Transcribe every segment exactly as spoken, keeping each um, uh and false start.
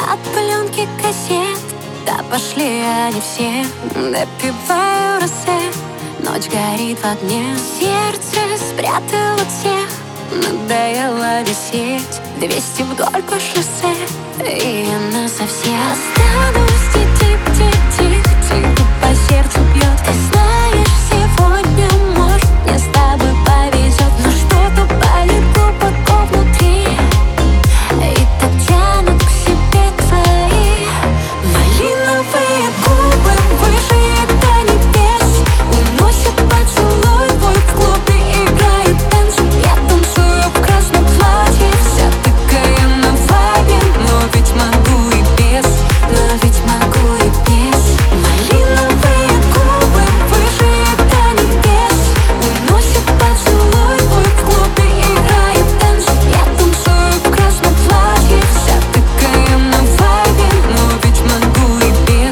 как пленки кассет. Да пошли они все, допиваю росе. Ночь горит в огне, сердце спрятало всех. Надоело висеть двести вдоль по шоссе, и я насовсем останусь. Тихо-тихо-тихо, по сердцу бьет. Ты знаешь, сегодня, может, мне с тобой повезет, но что-то болит глубоко внутри, и так тянут к себе твои малиновые губы. Выше до небес уносят поцелуй твой. В клубе играет танц, я танцую в красном платье, вся такая на вайбе. Но ведь могу и без, но ведь могу и без. Малиновые губы, выше до небес уносят поцелуй твой. В клубе играет танц, я танцую в красном платье, вся такая на вайбе. Но ведь могу и без.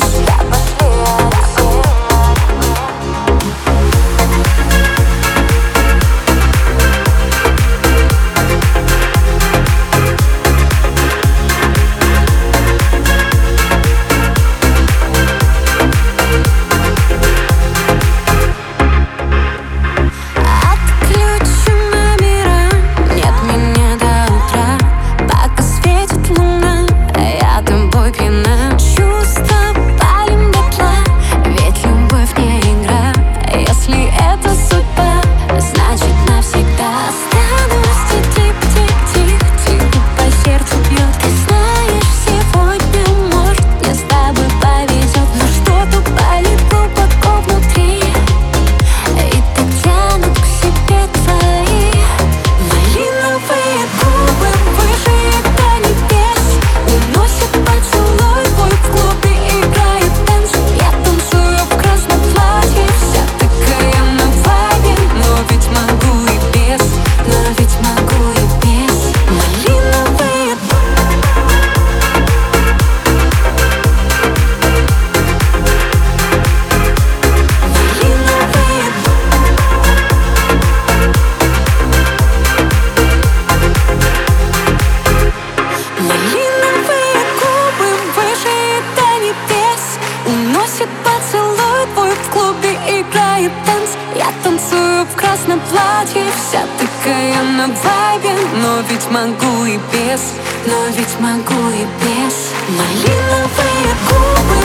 Отключу номера, нет меня до утра, пока светит луна, а я тобой пьяна. Чувства палим дотла, ведь любовь не игра. Если это судьба, значит навсегда останусь. Тихо-тихо-тихо, по сердцу бьет. Ты знаешь, сегодня, может, мне с тобой повезет, но что-то болит глубоко внутри, и так тянут к себе твои малиновые губы. Выше до небес уносят поцелуй твой. В клубе играет танц, я танцую в красном платье, вся такая на вайбе. Но ведь могу и без, но ведь могу и без. Малиновые Малиновые губы, выше до небес уносят поцелуй твой. В клубе играет танц, я танцую в красном платье, вся такая на вайбе. Но ведь могу и без, но ведь могу и без. Малиновые губы.